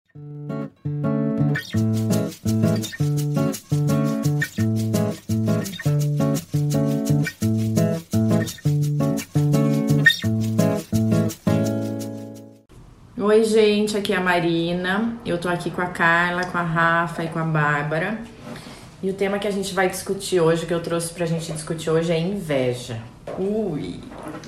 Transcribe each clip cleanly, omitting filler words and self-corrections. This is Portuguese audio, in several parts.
Oi, gente, aqui é a Marina. Eu tô aqui com a Carla, com a Rafa e com a Bárbara. E o tema que a gente vai discutir hoje, que eu trouxe pra gente discutir hoje, é inveja. Ui!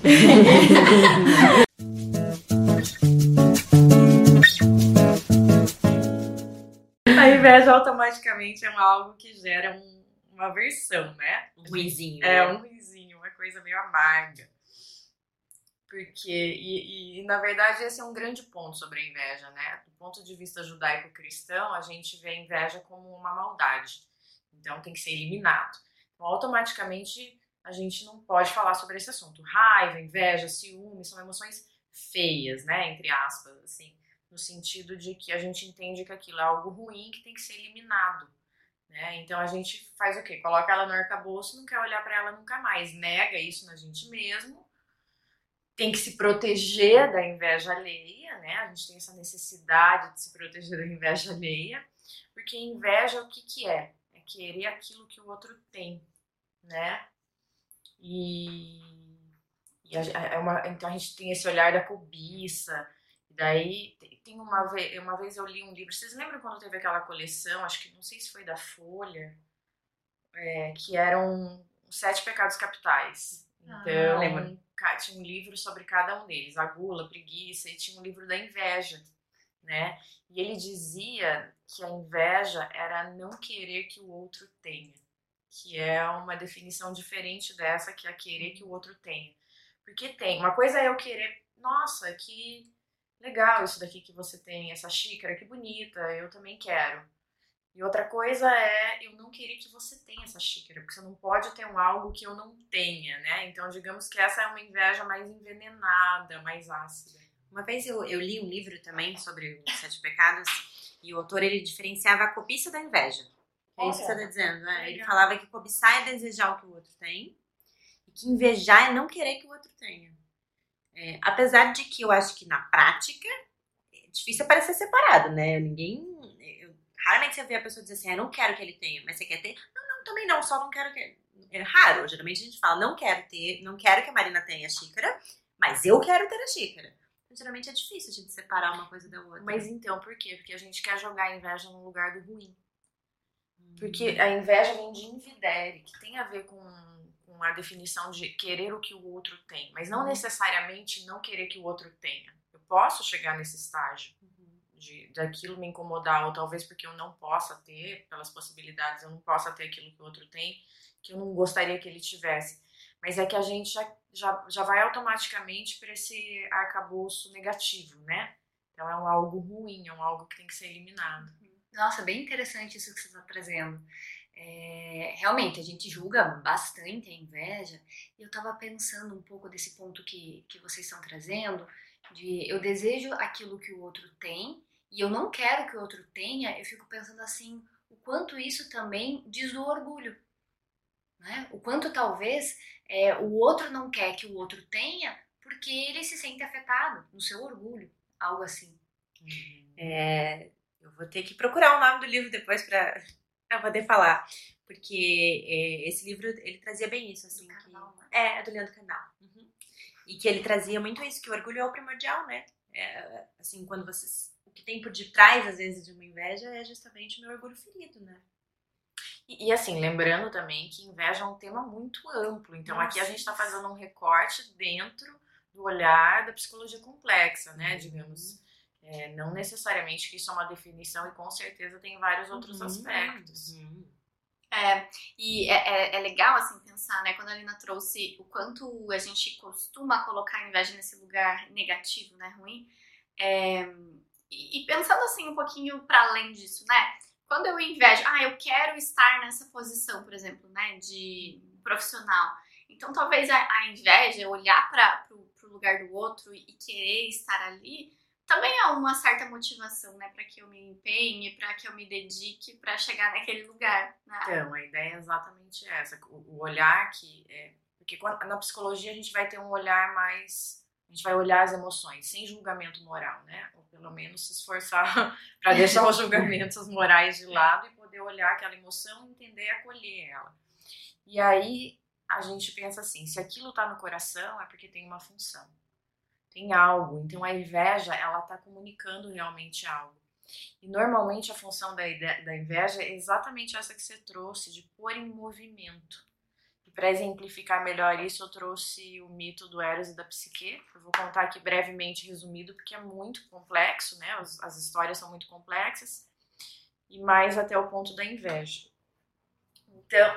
A inveja automaticamente é algo que gera uma aversão, né? Um ruizinho. É, um ruizinho, uma coisa meio amarga. Porque, na verdade, esse é um grande ponto sobre a inveja, né? Do ponto de vista judaico-cristão, a gente vê a inveja como uma maldade. Então, tem que ser eliminado. Então, automaticamente, a gente não pode falar sobre esse assunto. Raiva, inveja, ciúme, são emoções feias, né? Entre aspas, assim. No sentido de que a gente entende que aquilo é algo ruim que tem que ser eliminado. Né? Então, a gente faz o quê? Coloca ela no arcabouço, não quer olhar para ela nunca mais. Nega isso na gente mesmo. Tem que se proteger da inveja alheia, né? A gente tem essa necessidade de se proteger da inveja alheia, porque inveja o que é? É querer aquilo que o outro tem, né? Então a gente tem esse olhar da cobiça. E daí tem uma vez eu li um livro. Vocês lembram quando teve aquela coleção? Acho que não sei se foi da Folha, que eram os 7 pecados capitais. Então, tinha um livro sobre cada um deles, a gula, a preguiça, e tinha um livro da inveja, né? E ele dizia que a inveja era não querer que o outro tenha, que é uma definição diferente dessa, que é querer que o outro tenha. Porque tem, uma coisa é eu querer, nossa, que legal isso daqui que você tem, essa xícara, que bonita, eu também quero. E outra coisa é eu não querer que você tenha essa xícara, porque você não pode ter algo que eu não tenha, né? Então, digamos que essa é uma inveja mais envenenada, mais ácida. Uma vez eu li um livro também sobre os 7 pecados e o autor, ele diferenciava a cobiça da inveja. É isso que você está dizendo, né? Ele falava que cobiçar é desejar o que o outro tem e que invejar é não querer que o outro tenha. Apesar de que eu acho que na prática é difícil parecer separado, né? Raramente você vê a pessoa dizer assim, eu não quero que ele tenha, mas você quer ter? Não, também não, só não quero que... É raro, geralmente a gente fala, não quero ter, não quero que a Marina tenha a xícara, mas eu quero ter a xícara. Então, geralmente é difícil a gente separar uma coisa da outra. Mas então, por quê? Porque a gente quer jogar a inveja no lugar do ruim. Porque a inveja vem de invidere, que tem a ver com a definição de querer o que o outro tem, mas não necessariamente não querer que o outro tenha. Eu posso chegar nesse estágio. Daquilo me incomodar, ou talvez porque eu não possa ter, pelas possibilidades, eu não possa ter aquilo que o outro tem, que eu não gostaria que ele tivesse. Mas é que a gente já vai automaticamente para esse arcabouço negativo, né? Então é algo ruim, é algo que tem que ser eliminado. Nossa, bem interessante isso que você está trazendo. Realmente, a gente julga bastante a inveja, e eu estava pensando um pouco desse ponto que vocês estão trazendo, de eu desejo aquilo que o outro tem, e eu não quero que o outro tenha. Eu fico pensando assim, o quanto isso também diz do orgulho, né? O quanto talvez o outro não quer que o outro tenha porque ele se sente afetado no seu orgulho, algo assim. Eu vou ter que procurar o nome do livro depois para poder falar, porque esse livro, ele trazia bem isso, assim. Do Karnal, né? É do Leandro Carnal. E que ele trazia muito isso, que o orgulho é o primordial, né? Assim, quando o que tem por detrás, às vezes, de uma inveja é justamente o meu orgulho ferido, né? E assim, lembrando também que inveja é um tema muito amplo. Então, aqui a gente está fazendo um recorte dentro do olhar da psicologia complexa, né? Digamos, não necessariamente que isso é uma definição, e com certeza tem vários outros aspectos. E é legal, assim, pensar, né, quando a Alina trouxe o quanto a gente costuma colocar a inveja nesse lugar negativo, né, ruim, e pensando, assim, um pouquinho para além disso, né, quando eu invejo, eu quero estar nessa posição, por exemplo, né, de profissional, então talvez a inveja, olhar para o lugar do outro e querer estar ali, também há uma certa motivação, né, para que eu me empenhe, para que eu me dedique para chegar naquele lugar, né? Então, a ideia é exatamente essa, o olhar porque na psicologia a gente vai ter um olhar mais, A gente vai olhar as emoções, sem julgamento moral, né? Ou pelo menos se esforçar para deixar os julgamentos morais de lado e poder olhar aquela emoção, entender e acolher ela. E aí a gente pensa assim, se aquilo está no coração é porque tem uma função, tem algo. Então a inveja, ela está comunicando realmente algo. E normalmente a função da inveja é exatamente essa que você trouxe, de pôr em movimento. E para exemplificar melhor isso, eu trouxe o mito do Eros e da Psique. Eu vou contar aqui brevemente resumido, porque é muito complexo, né? As histórias são muito complexas. E mais até o ponto da inveja. Então,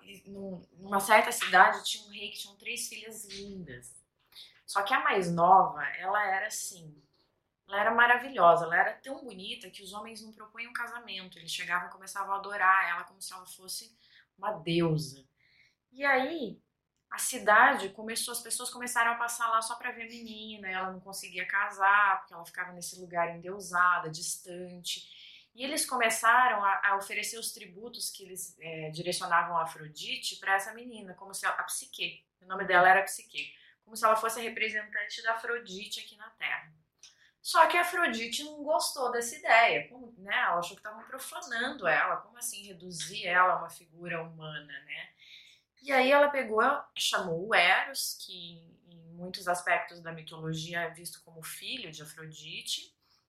numa certa cidade tinha um rei que tinha 3 filhas lindas. Só que a mais nova, ela era assim, ela era maravilhosa, ela era tão bonita que os homens não propunham casamento. Eles chegavam e começavam a adorar ela como se ela fosse uma deusa. E aí, a cidade começou, as pessoas começaram a passar lá só para ver a menina, ela não conseguia casar, porque ela ficava nesse lugar endeusada, distante. E eles começaram a oferecer os tributos que eles direcionavam a Afrodite para essa menina, como se a Psique, o nome dela era Psique, como se ela fosse a representante da Afrodite aqui na Terra. Só que a Afrodite não gostou dessa ideia, né? Ela achou que estavam profanando ela, como assim reduzir ela a uma figura humana, né? E aí ela pegou, chamou o Eros, que em muitos aspectos da mitologia é visto como filho de Afrodite,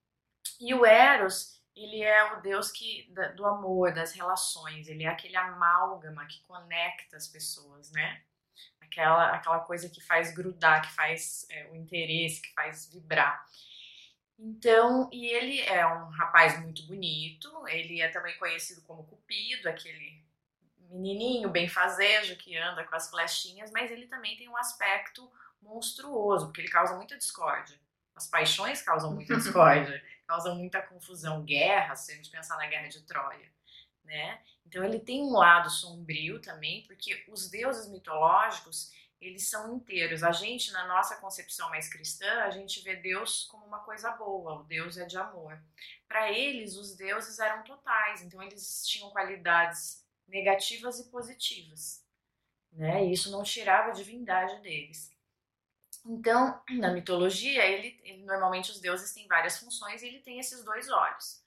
e o Eros, ele é o deus do amor, das relações, ele é aquele amálgama que conecta as pessoas, né? Aquela coisa que faz grudar, que faz o interesse, que faz vibrar. Então, e ele é um rapaz muito bonito, ele é também conhecido como Cupido, aquele menininho benfazejo que anda com as flechinhas, mas ele também tem um aspecto monstruoso, porque ele causa muita discórdia. As paixões causam muita discórdia, causam muita confusão, guerra, se a gente pensar na Guerra de Troia, né? Então ele tem um lado sombrio também, porque os deuses mitológicos, eles são inteiros. A gente, na nossa concepção mais cristã, a gente vê Deus como uma coisa boa, o Deus é de amor. Para eles, os deuses eram totais, então eles tinham qualidades negativas e positivas, né? E isso não tirava a divindade deles. Então, na mitologia, normalmente os deuses têm várias funções e ele tem esses 2 olhos.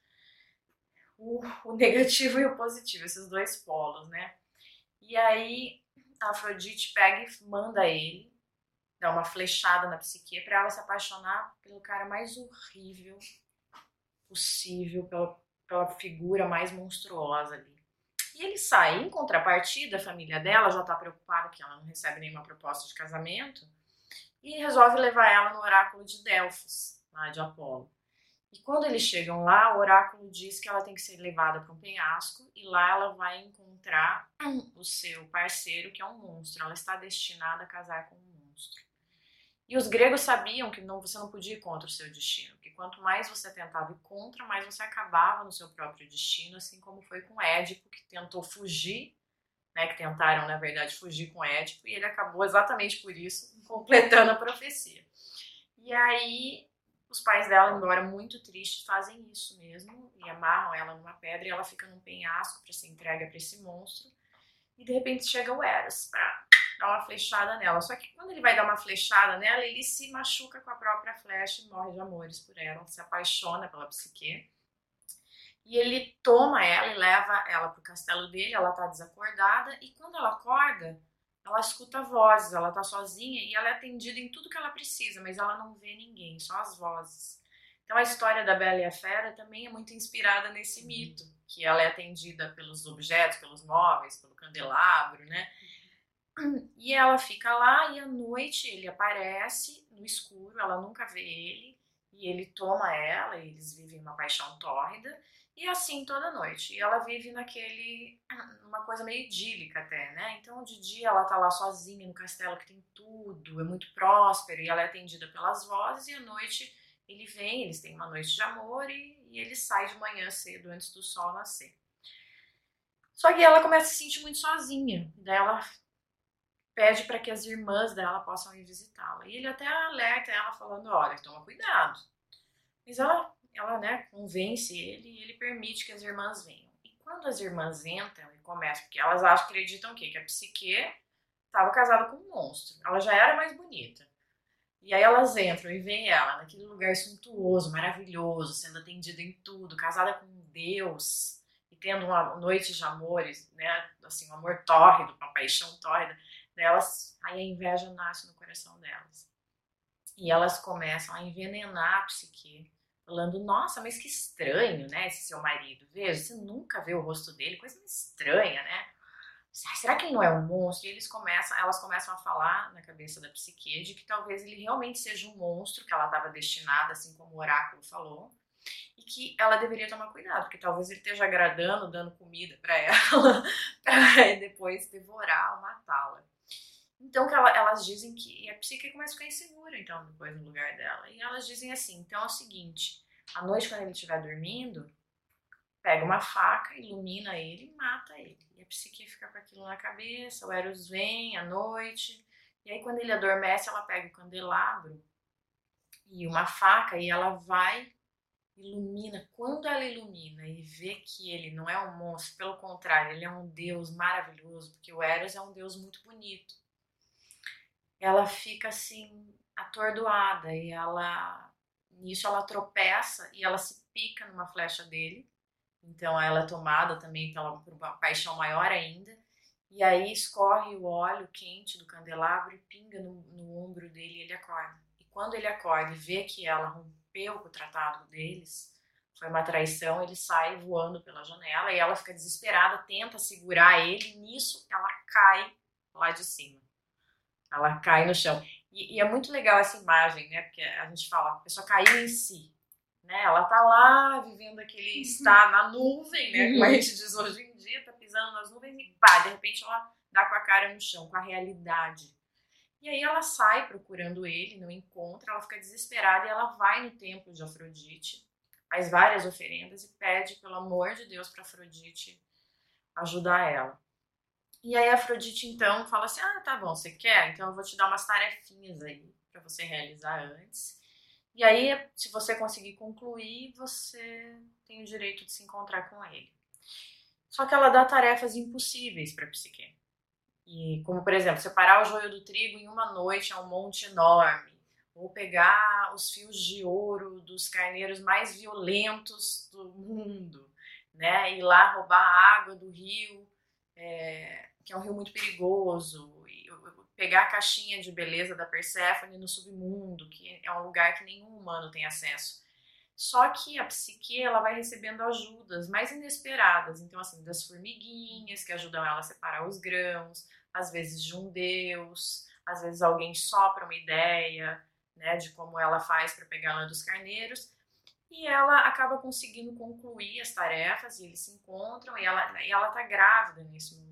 O negativo e o positivo, esses 2 polos, né? E aí a Afrodite pega e manda ele dar uma flechada na Psique para ela se apaixonar pelo cara mais horrível possível, pela figura mais monstruosa ali. E ele sai. Em contrapartida, a família dela já está preocupada que ela não recebe nenhuma proposta de casamento e resolve levar ela no oráculo de Delfos, lá de Apolo. E quando eles chegam lá, o oráculo diz que ela tem que ser levada para um penhasco e lá ela vai encontrar o seu parceiro, que é um monstro. Ela está destinada a casar com um monstro. E os gregos sabiam que você não podia ir contra o seu destino, que quanto mais você tentava ir contra, mais você acabava no seu próprio destino, assim como foi com Édipo, que tentou fugir, né, que tentaram, na verdade, fugir com Édipo, e ele acabou exatamente por isso, completando a profecia. E aí, os pais dela, embora muito tristes, fazem isso mesmo, e amarram ela numa pedra, e ela fica num penhasco para ser entregue para esse monstro, e de repente chega o Eros para dar uma flechada nela. Só que quando ele vai dar uma flechada nela, ele se machuca com a própria flecha e morre de amores por ela, se apaixona pela Psique. E ele toma ela e leva ela pro castelo dele, ela tá desacordada, e quando ela acorda, ela escuta vozes, ela tá sozinha e ela é atendida em tudo que ela precisa, mas ela não vê ninguém, só as vozes. Então a história da Bela e a Fera também é muito inspirada nesse mito, que ela é atendida pelos objetos, pelos móveis, pelo candelabro, né? E ela fica lá e à noite ele aparece no escuro, ela nunca vê ele, e ele toma ela, e eles vivem uma paixão tórrida, e assim toda noite. E ela vive uma coisa meio idílica até, né? Então de dia ela tá lá sozinha no castelo que tem tudo, é muito próspero, e ela é atendida pelas vozes, e à noite ele vem, eles têm uma noite de amor, e ele sai de manhã cedo, antes do sol nascer. Só que ela começa a se sentir muito sozinha, daí ela pede para que as irmãs dela possam ir visitá-la. E ele até alerta ela falando, olha, toma cuidado. Mas ela né, convence ele e ele permite que as irmãs venham. E quando as irmãs entram e começam, porque elas acreditam o quê? Que a Psique estava casada com um monstro. Ela já era mais bonita. E aí elas entram e veem ela naquele lugar suntuoso, maravilhoso, sendo atendida em tudo, casada com Deus e tendo uma noite de amores, né? Assim, um amor tórrido, uma paixão tórrida delas. Aí a inveja nasce no coração delas. E elas começam a envenenar a psique, falando, nossa, mas que estranho, né, esse seu marido. Veja, você nunca vê o rosto dele, coisa estranha, né? Será que ele não é um monstro? E elas começam a falar na cabeça da psique de que talvez ele realmente seja um monstro, que ela estava destinada, assim como o oráculo falou, e que ela deveria tomar cuidado, porque talvez ele esteja agradando, dando comida para ela, para depois devorar ou matá-la. Então que elas dizem que a psique começa a ficar insegura, então, depois no lugar dela. E elas dizem assim, então é o seguinte, à noite quando ele estiver dormindo, pega uma faca, ilumina ele e mata ele. E a psique fica com aquilo na cabeça, o Eros vem à noite, e aí quando ele adormece, ela pega o candelabro e uma faca e ela vai, ilumina. Quando ela ilumina e vê que ele não é um monstro, pelo contrário, ele é um deus maravilhoso, porque o Eros é um deus muito bonito. Ela fica assim, atordoada, e nisso ela tropeça e ela se pica numa flecha dele. Então ela é tomada também por uma paixão maior ainda. E aí escorre o óleo quente do candelabro e pinga no ombro dele e ele acorda. E quando ele acorda e vê que ela rompeu com o tratado deles, foi uma traição, ele sai voando pela janela e ela fica desesperada, tenta segurar ele. Nisso ela cai lá de cima. Ela cai no chão. E é muito legal essa imagem, né? Porque a gente fala, a pessoa caiu em si. Né? Ela tá lá vivendo aquele está na nuvem, né? Como a gente diz hoje em dia, tá pisando nas nuvens e pá, de repente ela dá com a cara no chão, com a realidade. E aí ela sai procurando ele, não encontra, ela fica desesperada e ela vai no templo de Afrodite, faz várias oferendas e pede, pelo amor de Deus, para Afrodite ajudar ela. E aí a Afrodite então fala assim, tá bom, você quer? Então eu vou te dar umas tarefinhas aí para você realizar antes. E aí, se você conseguir concluir, você tem o direito de se encontrar com ele. Só que ela dá tarefas impossíveis para a psique. E, como, por exemplo, separar o joio do trigo em uma noite a um monte enorme. Ou pegar os fios de ouro dos carneiros mais violentos do mundo. Né? Ir lá roubar a água do rio, que é um rio muito perigoso. Pegar a caixinha de beleza da Perséfone no submundo, que é um lugar que nenhum humano tem acesso. Só que a psique, ela vai recebendo ajudas mais inesperadas. Então, assim, das formiguinhas, que ajudam ela a separar os grãos, às vezes de um deus, às vezes alguém sopra uma ideia, né, de como ela faz para pegar a lã dos carneiros. E ela acaba conseguindo concluir as tarefas, e eles se encontram, e ela tá grávida nesse momento.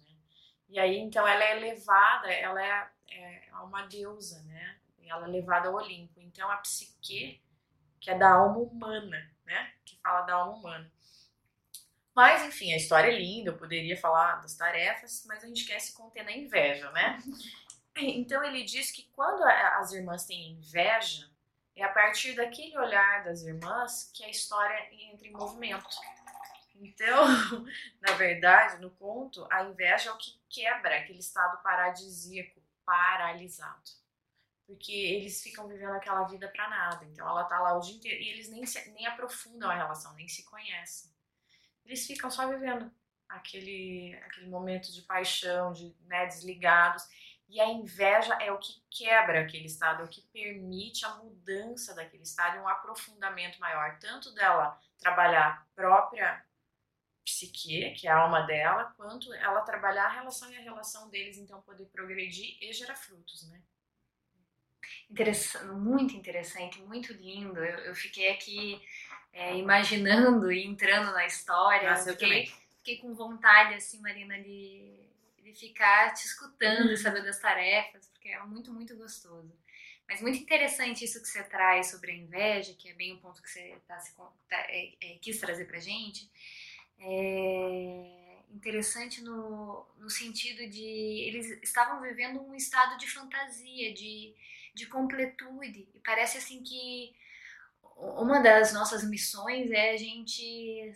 E aí, então, ela é levada, ela é uma deusa, né? E ela é levada ao Olimpo. Então, a psique, que é da alma humana, né? Que fala da alma humana. Mas, enfim, a história é linda, eu poderia falar das tarefas, mas a gente quer se conter na inveja, né? Então, ele diz que quando as irmãs têm inveja, é a partir daquele olhar das irmãs que a história entra em movimento. Então, na verdade, no conto, a inveja é o que quebra aquele estado paradisíaco, paralisado. Porque eles ficam vivendo aquela vida pra nada. Então ela tá lá o dia inteiro e eles nem aprofundam a relação, nem se conhecem. Eles ficam só vivendo aquele momento de paixão, né, desligados. E a inveja é o que quebra aquele estado, é o que permite a mudança daquele estado e um aprofundamento maior, tanto dela trabalhar a própria psique, que é a alma dela, quanto ela trabalhar a relação e a relação deles, então poder progredir e gerar frutos, né? Muito interessante, muito lindo. Eu fiquei aqui imaginando e entrando na história. Nossa, eu também. Fiquei com vontade, assim, Marina, de ficar te escutando e saber das tarefas, porque é muito, muito gostoso. Mas muito interessante isso que você traz sobre a inveja, que é bem o ponto que você quis trazer pra gente. É interessante no sentido de eles estavam vivendo um estado de fantasia, de completude, e parece assim que uma das nossas missões é a gente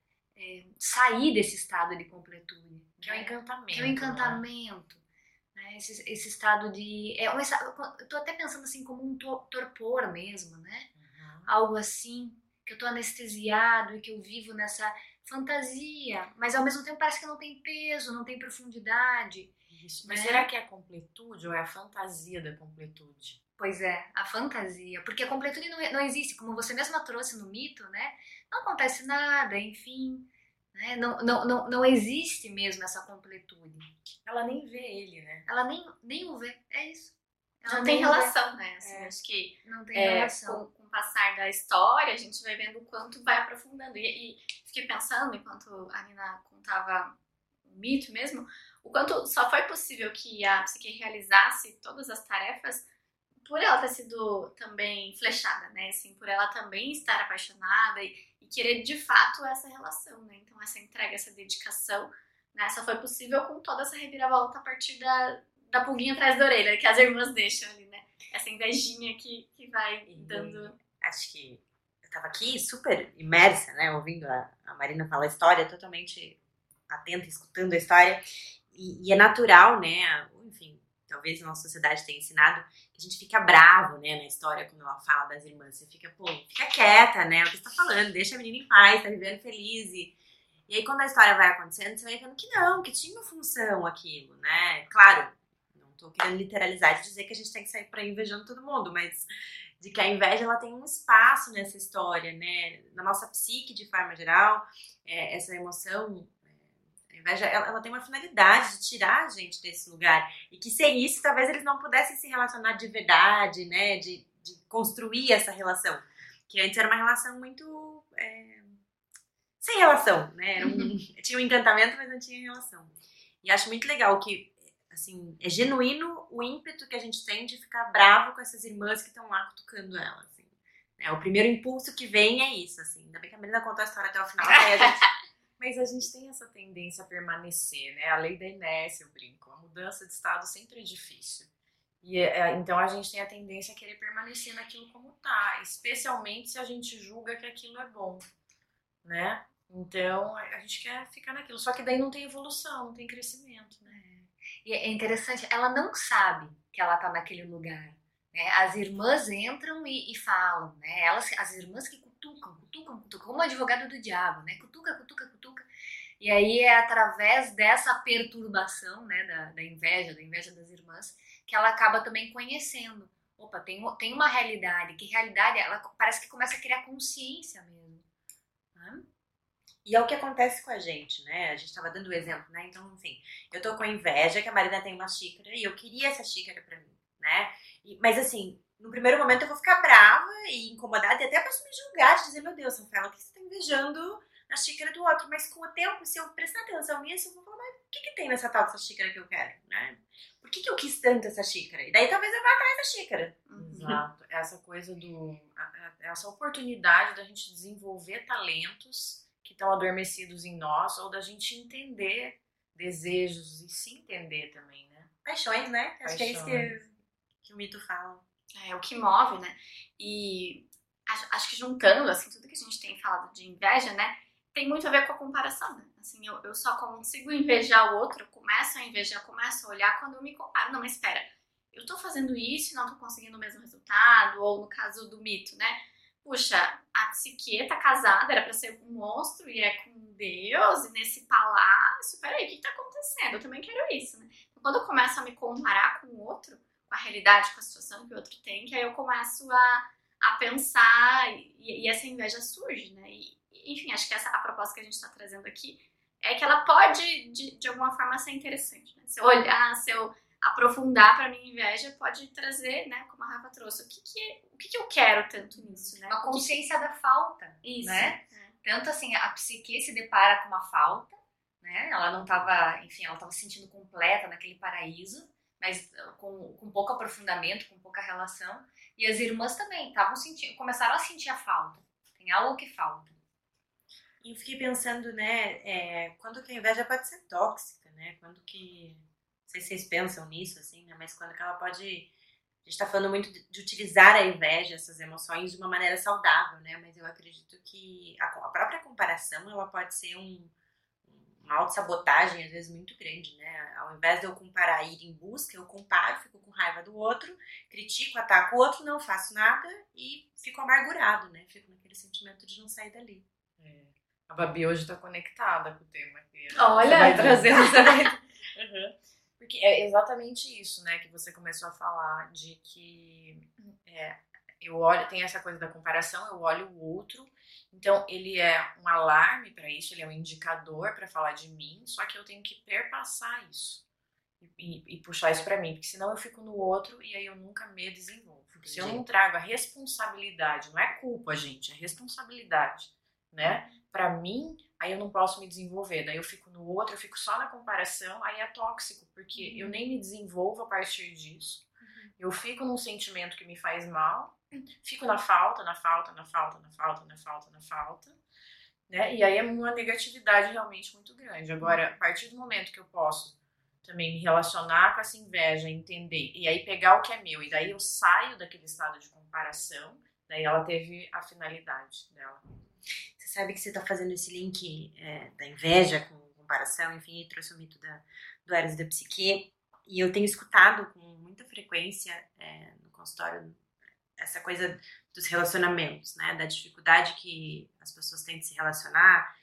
sair desse estado de completude, que é o encantamento. Que é o encantamento, né? né? Esse estado de... eu tô até pensando assim como um torpor mesmo, né? Algo assim, que eu tô anestesiado e que eu vivo nessa fantasia, mas ao mesmo tempo parece que não tem peso, não tem profundidade. Isso. Mas será que é a completude ou é a fantasia da completude? Pois é, a fantasia. Porque a completude não existe, como você mesma trouxe no mito, né? Não acontece nada, enfim. Né? Não existe mesmo essa completude. Ela nem vê ele, né? Ela nem o vê, é isso. Ela não tem relação, né? Assim, acho que não tem relação. Com o passar da história, a gente vai vendo o quanto vai aprofundando. E fiquei pensando, enquanto a Nina contava o mito mesmo, o quanto só foi possível que a Psique realizasse todas as tarefas por ela ter sido também flechada, né? Assim, por ela também estar apaixonada e querer de fato essa relação, né? Então essa entrega, essa dedicação, né? Só foi possível com toda essa reviravolta a partir da pulguinha atrás da orelha que as irmãs deixam ali, né? Essa invejinha que vai dando... Acho que eu tava aqui super imersa, né? Ouvindo a Marina falar a história, totalmente atenta, escutando a história. E é natural, né? Enfim, talvez a nossa sociedade tenha ensinado que a gente fica bravo, né, na história quando ela fala das irmãs. Você fica, fica quieta, né? O que você tá falando? Deixa a menina em paz, tá vivendo feliz. E aí quando a história vai acontecendo, você vai vendo que não, que tinha uma função aquilo, né? Claro, não tô querendo literalizar de dizer que a gente tem que sair por aí invejando todo mundo, mas de que a inveja, ela tem um espaço nessa história, né? Na nossa psique, de forma geral, essa emoção... A inveja, ela tem uma finalidade de tirar a gente desse lugar. E que sem isso, talvez eles não pudessem se relacionar de verdade, né? De construir essa relação. Que antes era uma relação muito... sem relação, né? Tinha um encantamento, mas não tinha relação. E acho muito legal que, assim, é genuíno o ímpeto que a gente tem de ficar bravo com essas irmãs que estão lá cutucando ela, assim. O primeiro impulso que vem é isso, assim. Ainda bem que a Marina contou a história até o final, aí a gente... Mas a gente tem essa tendência a permanecer, né? A lei da inércia, eu brinco. A mudança de estado sempre é difícil. E então a gente tem a tendência a querer permanecer naquilo como tá, especialmente se a gente julga que aquilo é bom, né? Então a gente quer ficar naquilo. Só que daí não tem evolução, não tem crescimento, né? E é interessante, ela não sabe que ela tá naquele lugar. Né? As irmãs entram e falam, né? As irmãs que cutucam, como o advogado do diabo, né? Cutuca. E aí é através dessa perturbação, né, da inveja das irmãs, que ela acaba também conhecendo. Opa, tem uma realidade, que realidade, ela parece que começa a criar consciência mesmo. Né? E é o que acontece com a gente, né? A gente tava dando o exemplo, né? Então, enfim, eu tô com inveja que a Marina tem uma xícara e eu queria essa xícara pra mim, né? Mas assim, no primeiro momento eu vou ficar brava e incomodada e até posso me julgar, de dizer, meu Deus, Rafaela, o que você tá invejando na xícara do outro? Mas com o tempo, se eu prestar atenção nisso, eu vou falar, mas o que tem nessa tal dessa xícara que eu quero, né? Por que eu quis tanto essa xícara? E daí talvez eu vá atrás da xícara. Exato. Essa coisa essa oportunidade da gente desenvolver talentos que estão adormecidos em nós, ou da gente entender desejos e se entender também, né? Paixões, né? Acho que é isso que o mito fala. É o que move, né? E acho que juntando, assim, tudo que a gente tem falado de inveja, né? Tem muito a ver com a comparação, né? Assim, eu só consigo invejar o outro, começo a invejar, começo a olhar quando eu me comparo. Não, mas espera, eu tô fazendo isso e não tô conseguindo o mesmo resultado, ou no caso do mito, né? Puxa, a Psique tá casada, era pra ser um monstro e é com Deus, e nesse palácio, peraí, o que tá acontecendo? Eu também quero isso, né? Então, quando eu começo a me comparar com o outro, com a realidade, com a situação que o outro tem, que aí eu começo a pensar e essa inveja surge, né? Enfim, acho que a proposta que a gente está trazendo aqui é que ela pode, de alguma forma, ser interessante, né? Se eu olhar, se eu aprofundar para minha inveja, pode trazer, né, como a Rafa trouxe, o que eu quero tanto nisso, né? A consciência da falta, isso, né? Tanto assim, a Psique se depara com uma falta, né? Ela não estava, enfim, ela estava se sentindo completa naquele paraíso, mas com pouco aprofundamento, com pouca relação. E as irmãs também começaram a sentir a falta. Tem algo que falta. E eu fiquei pensando, né, quando que a inveja pode ser tóxica, né? Quando que... Não sei se vocês pensam nisso, assim, né? Mas quando que ela pode... A gente tá falando muito de utilizar a inveja, essas emoções, de uma maneira saudável, né? Mas eu acredito que a própria comparação, ela pode ser uma autossabotagem, às vezes, muito grande, né? Ao invés de eu comparar e ir em busca, eu comparo, fico com raiva do outro, critico, ataco o outro, não faço nada e fico amargurado, né? Fico naquele sentimento de não sair dali. A Babi hoje tá conectada com o tema aqui. Olha, você vai trazendo, você vai... Uhum. Porque é exatamente isso, né, que você começou a falar, de que eu olho, tem essa coisa da comparação, eu olho o outro, então ele é um alarme para isso, ele é um indicador para falar de mim, só que eu tenho que perpassar isso e puxar isso para mim, porque senão eu fico no outro e aí eu nunca me desenvolvo. Se eu não trago a responsabilidade, não é culpa, gente, é responsabilidade, né, para mim, aí eu não posso me desenvolver, daí eu fico no outro, eu fico só na comparação, aí é tóxico, porque eu nem me desenvolvo a partir disso, eu fico num sentimento que me faz mal, fico na falta, né, e aí é uma negatividade realmente muito grande. Agora, a partir do momento que eu posso também me relacionar com essa inveja, entender, e aí pegar o que é meu, e daí eu saio daquele estado de comparação, daí ela teve a finalidade dela. Você sabe que você está fazendo esse link da inveja com comparação, enfim, e trouxe o mito do Eros e da psique, e eu tenho escutado com muita frequência no consultório essa coisa dos relacionamentos, né, da dificuldade que as pessoas têm de se relacionar,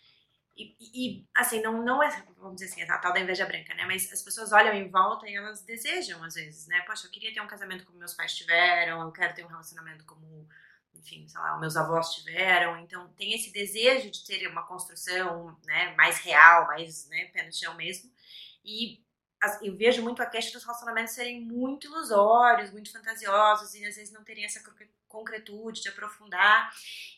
e assim, não é, vamos dizer assim, a tal da inveja branca, né, mas as pessoas olham em volta e elas desejam, às vezes, né, poxa, eu queria ter um casamento como meus pais tiveram, eu quero ter um relacionamento como, enfim, sei lá, os meus avós tiveram, então tem esse desejo de ter uma construção, né, mais real, mais, né, pé no chão mesmo, e eu vejo muito a queixa dos relacionamentos serem muito ilusórios, muito fantasiosos, e às vezes não terem essa concretude de aprofundar,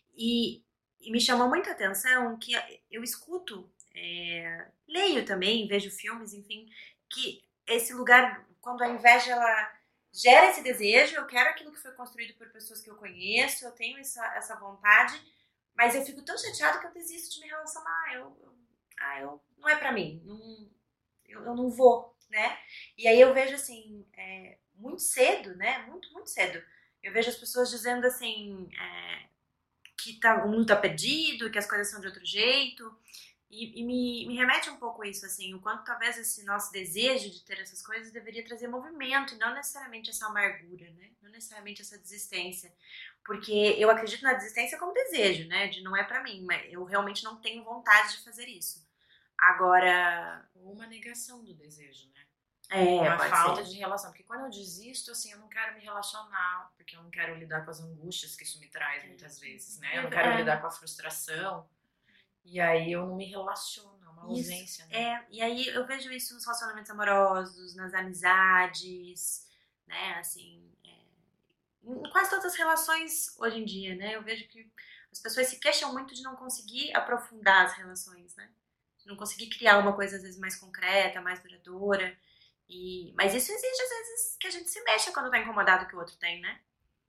e me chamou muita atenção que eu escuto, leio também, vejo filmes, enfim, que esse lugar, quando a inveja, ela gera esse desejo, eu quero aquilo que foi construído por pessoas que eu conheço, eu tenho essa vontade, mas eu fico tão chateada que eu desisto de me relacionar, não é pra mim, eu não vou, né? E aí eu vejo assim, muito cedo, né? Muito cedo. Eu vejo as pessoas dizendo assim, que o mundo tá perdido, que as coisas são de outro jeito. E me remete um pouco a isso, assim, o quanto talvez esse nosso desejo de ter essas coisas deveria trazer movimento, e não necessariamente essa amargura, né? Não necessariamente essa desistência. Porque eu acredito na desistência como desejo, né? De não é pra mim, mas eu realmente não tenho vontade de fazer isso. Agora... uma negação do desejo, né? Uma falta de relação. Porque quando eu desisto, assim, eu não quero me relacionar, porque eu não quero lidar com as angústias que isso me traz muitas vezes, né? Eu não quero lidar com a frustração. E aí eu não me relaciono, é uma ausência, né? E aí eu vejo isso nos relacionamentos amorosos, nas amizades, né? Assim, em quase todas as relações hoje em dia, né? Eu vejo que as pessoas se queixam muito de não conseguir aprofundar as relações, né? De não conseguir criar uma coisa, às vezes, mais concreta, mais duradoura. Mas isso exige, às vezes, que a gente se mexa quando tá incomodado que o outro tem, né?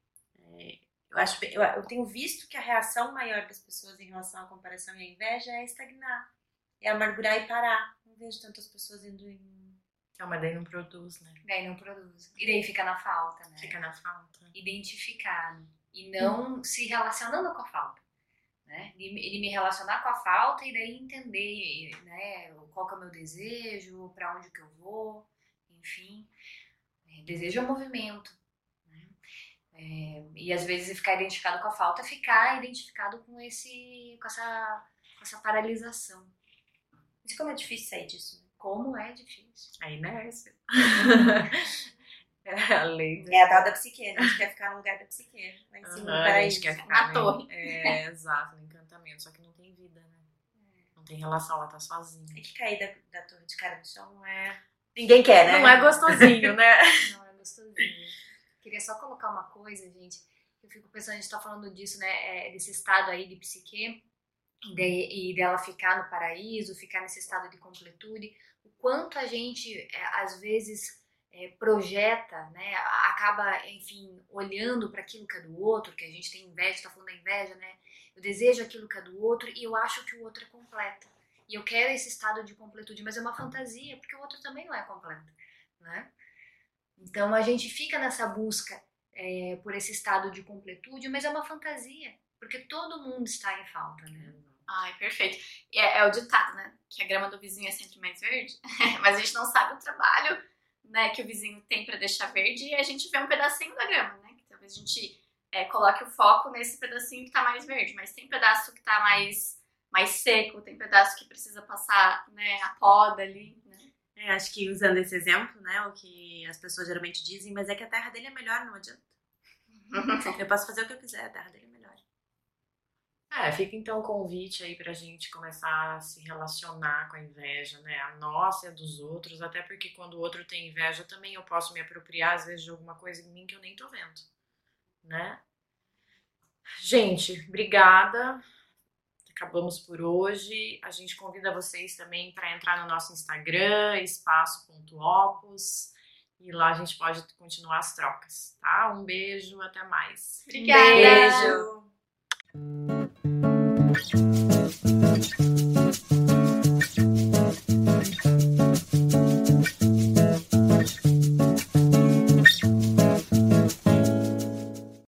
Eu tenho visto que a reação maior das pessoas em relação à comparação e à inveja é estagnar, é amargurar e parar. Não vejo tantas pessoas indo em... Mas daí não produz, né? Daí não produz. E daí fica na falta, né? Fica na falta. Identificado. E não se relacionando com a falta. Né? Ele me relacionar com a falta e daí entender, né, qual que é o meu desejo, para onde que eu vou, enfim. Desejo é movimento. E às vezes ficar identificado com a falta é ficar identificado com essa paralisação. Mas como é difícil sair disso? Como é difícil. A inércia. A lei. É a tal da psique, né? A gente quer ficar no lugar da psique. Lá em cima do paraíso. A gente quer ficar na torre. Exato, no encantamento. Só que não tem vida, né? Não tem relação, ela tá sozinha. É que cair da torre de cara no chão não é... Ninguém quer, né? Não é gostosinho, né? Não é gostosinho. Queria só colocar uma coisa, gente. Eu fico pensando, a gente tá falando disso, né? Desse estado aí de psique e dela ficar no paraíso, ficar nesse estado de completude. O quanto a gente, às vezes, projeta, né? Acaba, enfim, olhando para aquilo que é do outro, que a gente tem inveja, tá falando da inveja, né? Eu desejo aquilo que é do outro e eu acho que o outro é completo. E eu quero esse estado de completude, mas é uma fantasia, porque o outro também não é completo, né? Então a gente fica nessa busca por esse estado de completude, mas é uma fantasia, porque todo mundo está em falta, né? Ai, perfeito. E é o ditado, né? Que a grama do vizinho é sempre mais verde. Mas a gente não sabe o trabalho, né, que o vizinho tem para deixar verde e a gente vê um pedacinho da grama, né? Que talvez a gente coloque o foco nesse pedacinho que tá mais verde, mas tem pedaço que tá mais seco, tem pedaço que precisa passar, né, a poda ali, né? Acho que usando esse exemplo, né, o que as pessoas geralmente dizem, mas é que a terra dele é melhor, não adianta. Eu posso fazer o que eu quiser, a terra dele é melhor. Fica então o convite aí pra gente começar a se relacionar com a inveja, né? A nossa e a dos outros, até porque quando o outro tem inveja também eu posso me apropriar às vezes de alguma coisa em mim que eu nem tô vendo, né? Gente, obrigada. Acabamos por hoje. A gente convida vocês também para entrar no nosso Instagram, espaço.opus, e lá a gente pode continuar as trocas, tá? Um beijo, até mais. Obrigada! Beijo!